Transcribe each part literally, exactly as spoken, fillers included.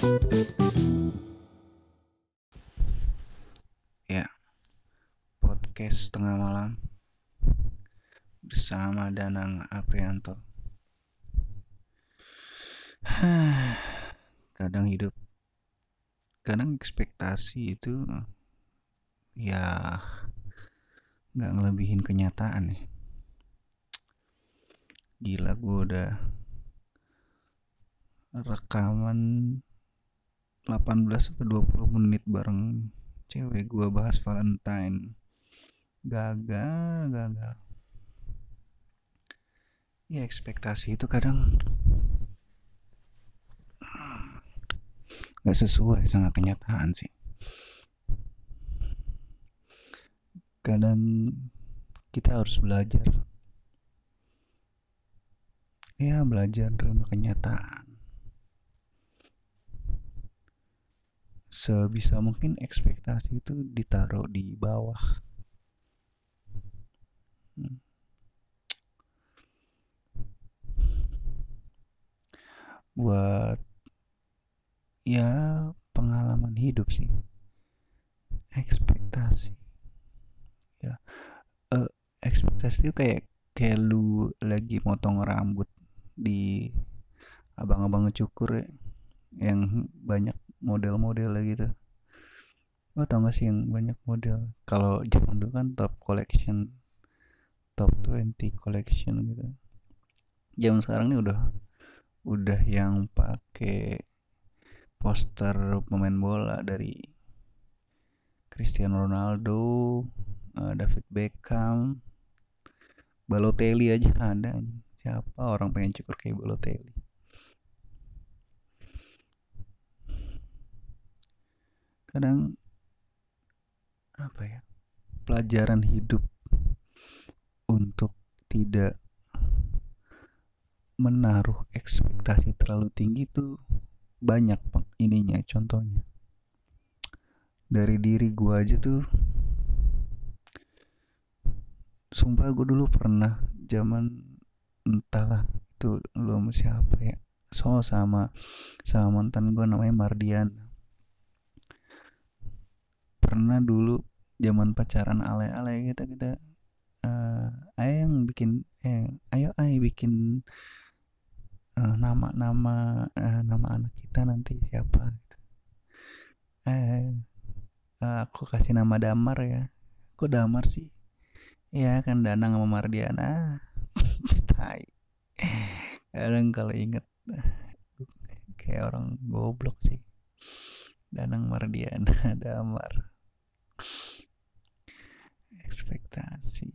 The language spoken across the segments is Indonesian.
Ya, podcast tengah malam bersama Danang Aprianto. Kadang hidup, kadang ekspektasi itu ya nggak ngelebihin kenyataan ya. Gila, gue udah rekaman delapan belas sampai dua puluh menit bareng cewek gue bahas Valentine. Gagal, gagal. Ya ekspektasi itu kadang nggak sesuai sama kenyataan sih. Kadang kita harus belajar. Ya belajar terima kenyataan. Sebisa mungkin ekspektasi itu ditaruh di bawah. Hmm. Buat ya pengalaman hidup sih. Ekspektasi. Ya, eh, ekspektasi itu kayak kayak lu lagi motong rambut di abang-abang cukur ya, yang banyak model-model gitu. Lo tau gak sih yang banyak model? Kalau zaman dulu kan top collection, top twenty collection gitu. Zaman sekarang ini udah udah yang pakai poster pemain bola dari Cristiano Ronaldo, uh, David Beckham, Balotelli aja ada. Siapa orang pengen cukur kayak Balotelli? Kadang apa ya, pelajaran hidup untuk tidak menaruh ekspektasi terlalu tinggi tuh banyak ininya. Contohnya dari diri gue aja tuh, sumpah gue dulu pernah zaman entahlah itu belum siapa ya, so sama sama mantan gue namanya Mardian. Pernah dulu zaman pacaran ale-ale kita kita uh, ayo yang bikin eh ayo ayo bikin uh, nama-nama uh, nama anak kita nanti siapa gitu. eh uh, aku kasih nama Damar ya. Kok Damar sih? Ya kan Danang sama Mardiana. Tai. Kadang kalau inget kayak orang goblok sih. Danang Mardiana Damar. Ekspektasi.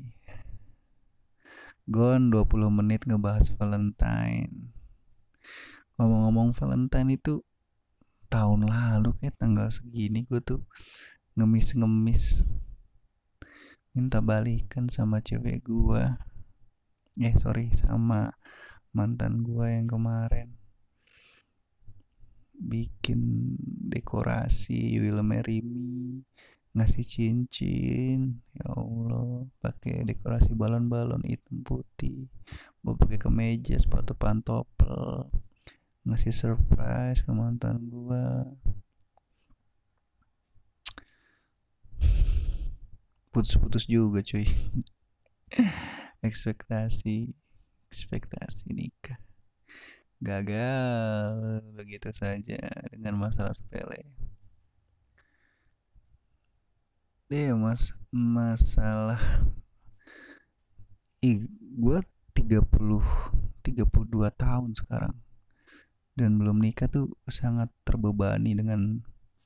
Gon dua puluh menit ngebahas Valentine. Ngomong-ngomong Valentine itu tahun lalu kayak tanggal segini gue tuh ngemis-ngemis minta balikan sama cewek gue. Eh sorry, sama mantan gue yang kemarin. Bikin dekorasi You Will Marry Me, ngasih cincin, ya Allah, pakai dekorasi balon-balon hitam putih. Gue pakai kemeja, sepatu pantopel, ngasih surprise ke mantan gue. Putus-putus juga cuy. ekspektasi ekspektasi nikah gagal begitu saja dengan masalah sepele. Deh mas, masalah ih gue tiga puluh tiga puluh dua tahun sekarang dan belum nikah tuh sangat terbebani dengan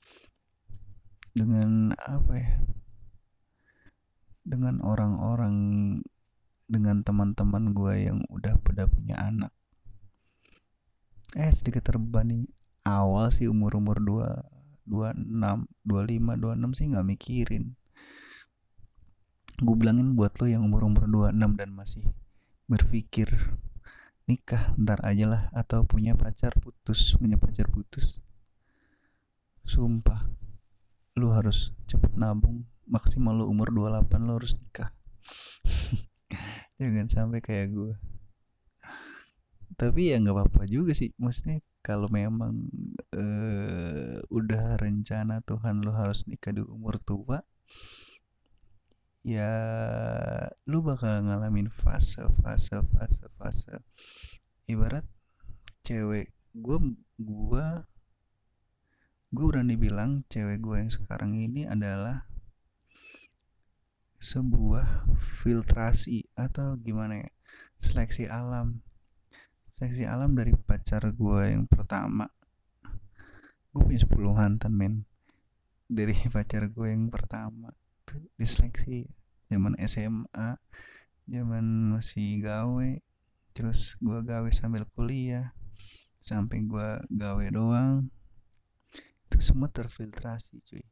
dengan apa ya, dengan orang-orang, dengan teman-teman gue yang udah pada punya anak. Eh sedikit terbebani. Awal sih umur-umur dua dua enam dua lima dua enam sih nggak mikirin. Gue bilangin buat lo yang umur-umur dua enam dan masih berpikir nikah ntar aja lah atau punya pacar putus punya pacar putus, sumpah lo harus cepet nabung. Maksimal lo umur dua puluh delapan lo harus nikah. Jangan sampai kayak gue. Tapi ya nggak apa-apa juga sih, maksudnya kalau memang eh, udah rencana Tuhan lu harus nikah di umur tua, ya lu bakal ngalamin fase fase fase fase ibarat cewek gue gue gue berani bilang cewek gue yang sekarang ini adalah sebuah filtrasi atau gimana ya, seleksi alam seleksi alam dari pacar gue yang pertama. Gue punya sepuluh mantan men, dari pacar gue yang pertama tuh diseleksi zaman S M A, zaman masih gawe, terus gue gawe sambil kuliah, sampai gue gawe doang, itu semua terfiltrasi cuy.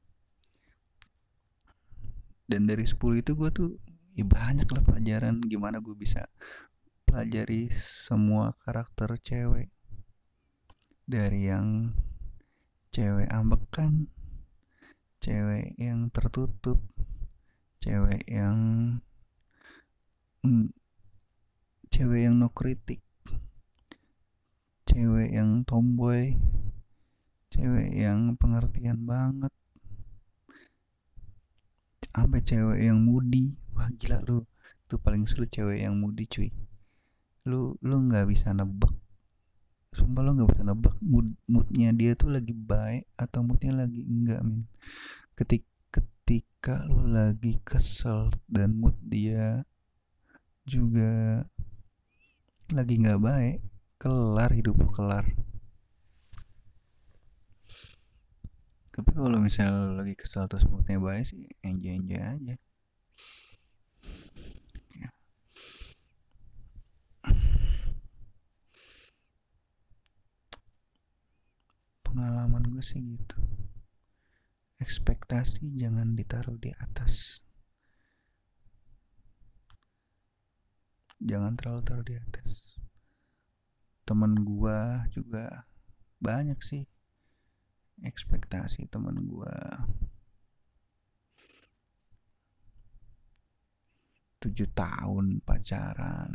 Dan dari sepuluh itu gue tuh ya banyak lah pelajaran gimana gue bisa pelajari semua karakter cewek, dari yang cewek ambekan, cewek yang tertutup, cewek yang mm, cewek yang no kritik, cewek yang tomboy, cewek yang pengertian banget, sampai cewek yang moody. Wah gila lu, tuh paling sulit cewek yang moody cuy. Lu lu nggak bisa nebak, sumpah lu nggak bisa nebak mood moodnya dia tuh lagi baik atau moodnya lagi enggak men. Ketik ketika lu lagi kesel dan mood dia juga lagi nggak baik, kelar hidup lu kelar. Tapi kalau misal lagi kesel terus moodnya baik sih enjoy enjoy aja ya. Pengalaman gue sih gitu, ekspektasi jangan ditaruh di atas, jangan terlalu taruh di atas. Temen gue juga banyak sih ekspektasi temen gue, tujuh tahun pacaran,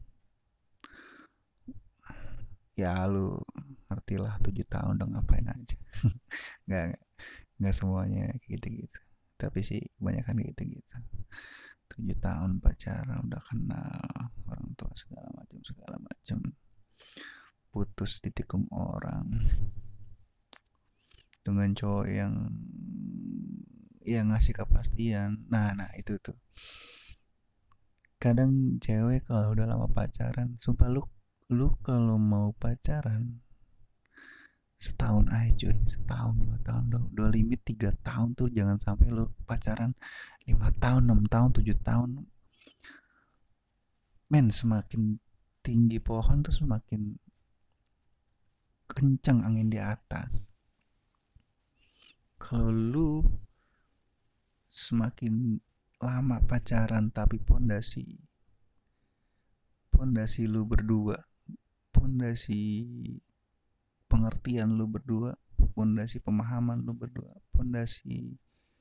ya lu ngerti lah tujuh tahun udah ngapain aja. nggak nggak semuanya gitu-gitu, tapi sih kebanyakan gitu-gitu. Tujuh tahun pacaran udah kenal orang tua segala macam segala macam, putus ditikung orang dengan cowok yang yang ngasih kepastian. Nah nah itu tuh kadang cewek kalau udah lama pacaran, sumpah lu lu kalau mau pacaran setahun aja cuy, setahun dua tahun udah, udah limit tiga tahun tuh jangan sampai lu pacaran lima tahun enam tahun tujuh tahun men. Semakin tinggi pohon tuh semakin kencang angin di atas. Kalau lu semakin lama pacaran tapi pondasi pondasi lu berdua, pondasi pengertian lu berdua, pondasi pemahaman lu berdua, pondasi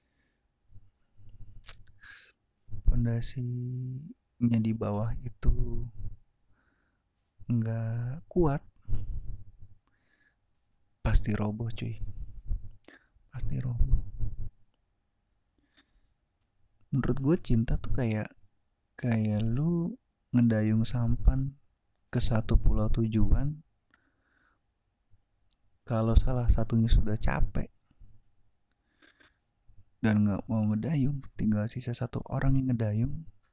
pondasinya di bawah itu nggak kuat, pasti roboh cuy, pasti roboh. Menurut gue cinta tuh kayak kayak lu ngedayung sampan ke satu pulau tujuan, kalau salah satunya sudah capek dan nggak mau ngedayung, tinggal sisa satu orang yang ngedayung,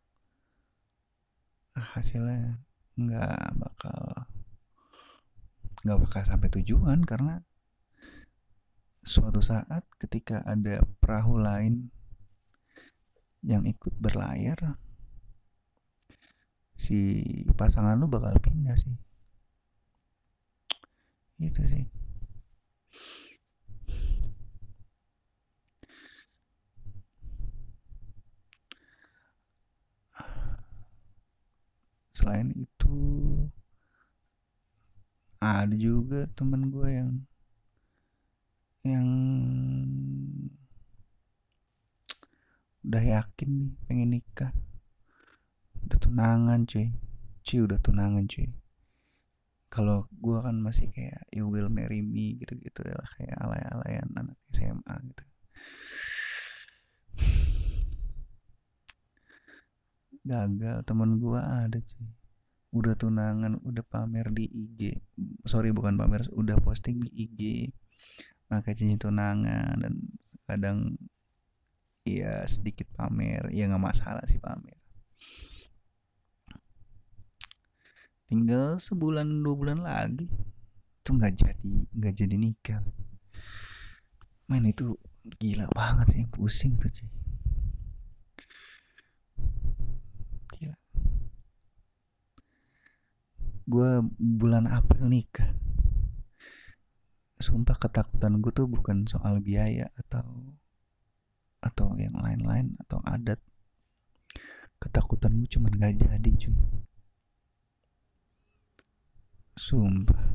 ah, hasilnya nggak bakal nggak bakal sampai tujuan. Karena suatu saat ketika ada perahu lain yang ikut berlayar, si pasangan lu bakal pindah sih. Itu sih. Selain itu ada juga temen gue yang yang udah yakin nih pengen nikah, udah tunangan cuy, cuy udah tunangan cuy, Kalau gue kan masih kayak you will marry me gitu-gitu ya lah, kayak alay-alayan anak S M A gitu. Gagal. Temen gue ada sih, udah tunangan, udah pamer di I G, sorry bukan pamer, udah posting di I G pakai cincin tunangan, dan kadang ya sedikit pamer, ya nggak masalah sih pamer. Tinggal sebulan dua bulan lagi tuh nggak jadi nggak jadi nikah. Main itu gila banget sih, pusing tuh cuy. Gila. Gue bulan April nikah. Sumpah ketakutan gue tuh bukan soal biaya atau atau yang lain-lain atau adat. Ketakutan gue cuma nggak jadi cuy. Sumpah.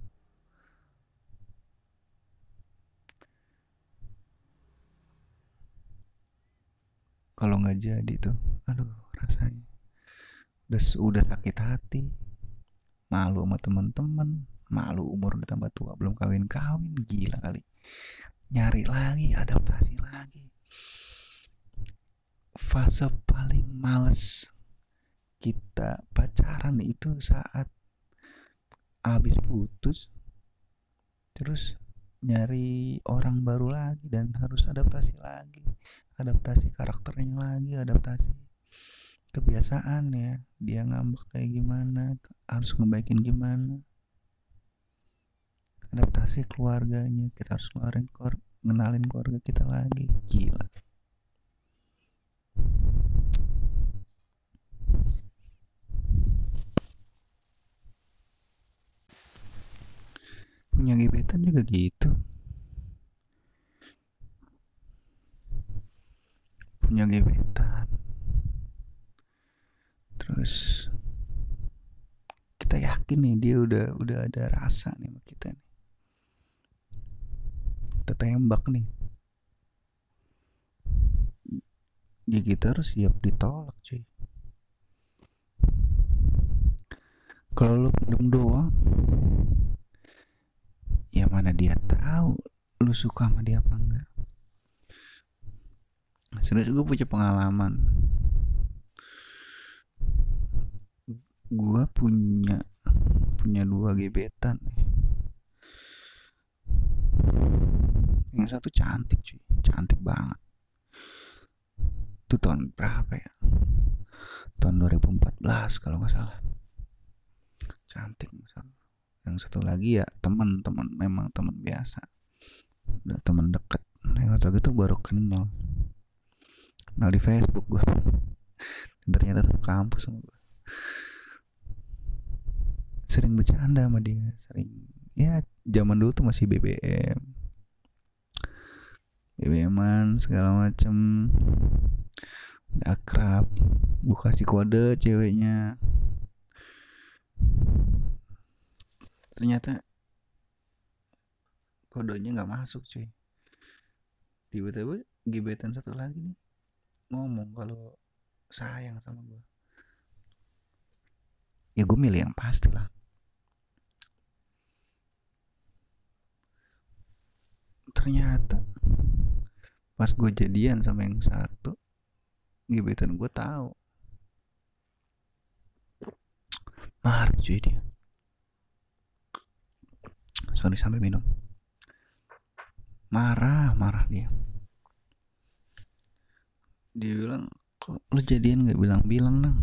Kalau nggak jadi tuh, aduh rasanya udah udah sakit hati, malu sama teman-teman, malu umur udah tambah tua belum kawin-kawin, gila kali. Nyari lagi, adaptasi lagi. Fase paling males kita pacaran itu saat abis putus, terus nyari orang baru lagi dan harus adaptasi lagi, adaptasi karakternya lagi, adaptasi kebiasaan ya, dia ngambek kayak gimana, harus ngebaikin gimana, adaptasi keluarganya, kita harus ngeluarin keluar, ngenalin keluarga kita lagi, gila. Punya gebetan juga gitu, punya gebetan, terus kita yakin nih dia udah udah ada rasa nih sama kita nih, kita tembak nih, ya kita harus siap ditolak cuy. Kalau lu pendem doang, ya mana dia tahu lu suka sama dia apa enggak. Serius, gue punya pengalaman. Gue punya punya dua gebetan. Yang satu cantik cuy, cantik banget. Itu tahun berapa ya? Tahun dua ribu empat belas kalau nggak salah. Cantik misalnya. Yang satu lagi ya teman-teman, memang teman biasa, udah teman dekat. Yang satu lagi tuh baru kenal, kenal di Facebook gue. Ternyata satu kampus sama gue. Sering bercanda sama dia, sering. Ya zaman dulu tuh masih B B M, B B M-an segala macem. Udah akrab, gue kasih kode ceweknya. Ternyata kodenya nggak masuk cuy. Tiba-tiba gebetan satu lagi nih ngomong kalau sayang sama gue. Ya gue milih yang pasti lah. Ternyata pas gue jadian sama yang satu, gebetan gue tahu. Marah cuy dia. Sorry sampai minum. Marah, marah dia. Dia bilang, kok lu jadian nggak bilang-bilang nang?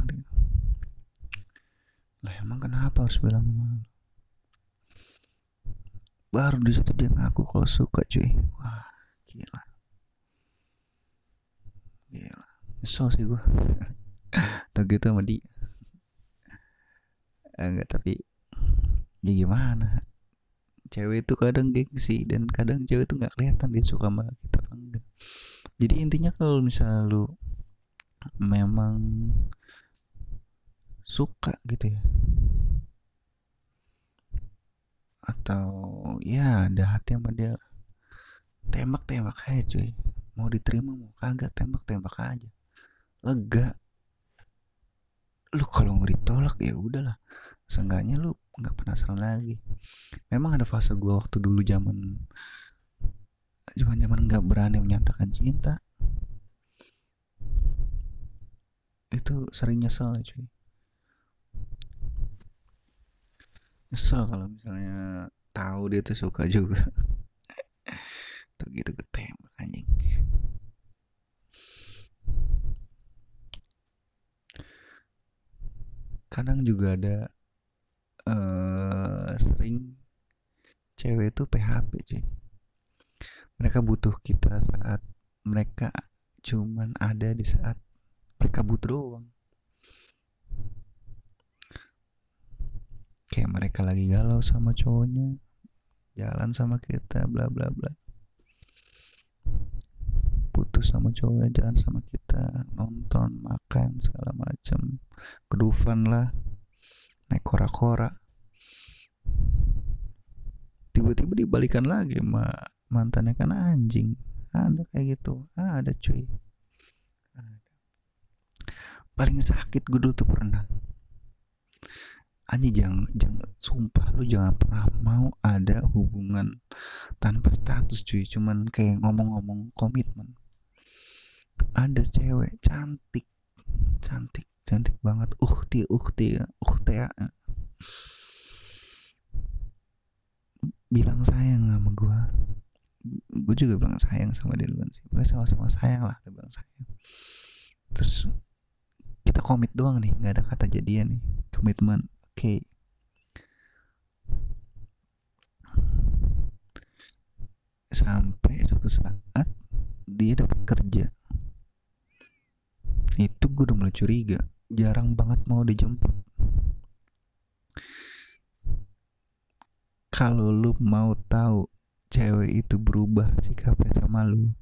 Lah emang kenapa harus bilang sama lu? Baru disitu dia ngaku kalau suka cuy. Wah gila, gila. Nyesel sih gue. Tau gitu sama dia. Enggak, tapi ya gimana, cewek itu kadang gengsi dan kadang cewek itu nggak kelihatan dia suka sama kita apa enggak. Jadi intinya kalau misalnya lu memang suka gitu ya, atau ya ada hati sama dia, tembak tembak aja cuy. Mau diterima mau kagak, tembak tembak aja, lega. Lu kalau nggak ditolak ya udahlah, seenggaknya lu nggak penasaran lagi. Memang ada fase gue waktu dulu zaman zaman zaman nggak berani menyatakan cinta, itu sering nyesel cuy. Nyesel kalau misalnya tahu dia tuh suka juga. Tuh gitu ketembak anjing. Kadang juga ada eh sering cewek itu P H P cuy. Mereka butuh kita saat mereka cuman ada di saat mereka butuh doang. Kayak mereka lagi galau sama cowoknya, jalan sama kita, bla bla bla. Putus sama cowoknya, jalan sama kita, nonton, makan, segala macem. Kedufan lah, naik kora-kora. Tiba-tiba dibalikan lagi sama mantannya kan anjing. Ada kayak gitu, ada cuy. Ada. Paling sakit gue dulu tuh pernah. Anjing jangan, jangan, sumpah lu jangan pernah mau ada hubungan tanpa status cuy. Cuman kayak ngomong-ngomong komitmen. Ada cewek cantik, cantik, cantik banget. Ukti, ukti, ukti ya. Bilang sayang sama gue. Gue juga bilang sayang sama dia duluan sih. Gue sama-sama sayang lah, dia bilang sayang. Terus kita komit doang nih, nggak ada kata jadian nih, komitmen. Oke. Okay. Sampai suatu saat dia dapat kerja. Itu gue udah mulai curiga. Jarang banget mau dijemput. Kalau lu mau tahu cewek itu berubah sikapnya sama lu,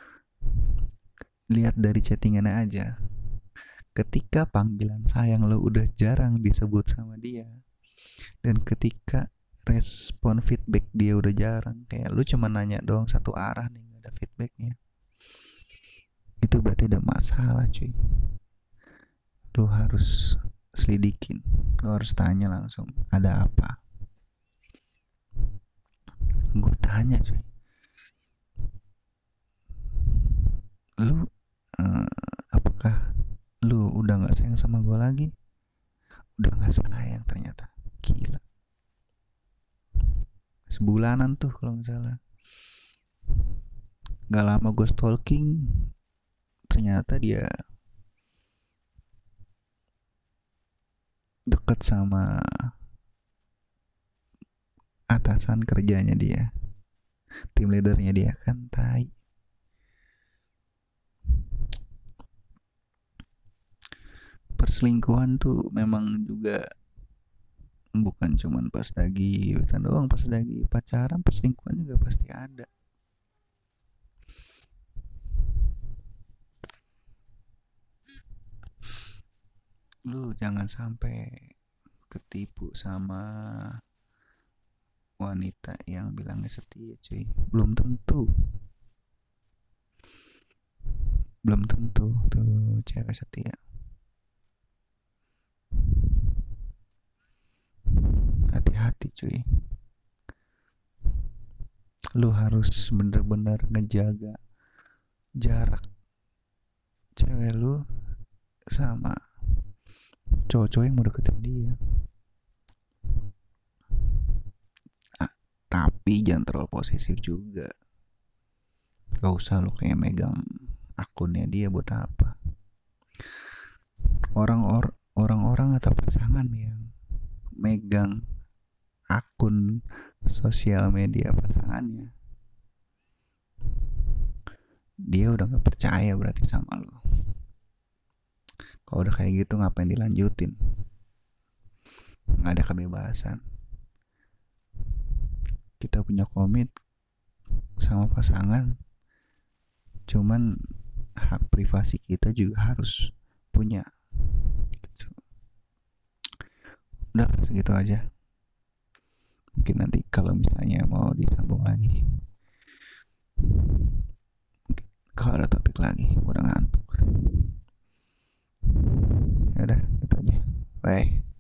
lihat dari chattingannya aja. Ketika panggilan sayang lo udah jarang disebut sama dia, dan ketika respon feedback dia udah jarang, kayak lu cuma nanya doang satu arah nih, gak ada feedbacknya, itu berarti ada masalah cuy. Lu harus selidikin, lu harus tanya langsung ada apa. Gue tanya cuy, lu uh, apakah lu udah gak sayang sama gue lagi? Udah gak sayang ternyata. Gila, sebulanan tuh kalau nggak salah. Gak lama gue stalking, ternyata dia deket sama atasan kerjanya dia, tim leadernya dia kan, tai. Perselingkuhan tuh memang juga bukan cuman pas lagi wetan doang, pas lagi pacaran perselingkuhan juga pasti ada. Lu jangan sampai ketipu sama wanita yang bilangnya setia cuy. Belum tentu. Belum tentu tuh cewek setia. Hati-hati cuy. Lu harus bener-bener ngejaga jarak cewek lu sama cowok-cowok yang mau deketin dia. Ah, tapi jangan terlalu posesif juga. Gak usah lu kayak megang akunnya dia, buat apa? Orang-or orang-orang atau pasangan yang megang akun sosial media pasangannya, dia udah gak percaya berarti sama lo. Kalau udah kayak gitu ngapain dilanjutin? Gak ada kebebasan. Kita punya komit sama pasangan, cuman hak privasi kita juga harus punya. Udah segitu aja. Mungkin nanti kalau misalnya mau disambung lagi, kalau ada topik lagi, udah ngantuk. Ya udah, itu aja. Bye.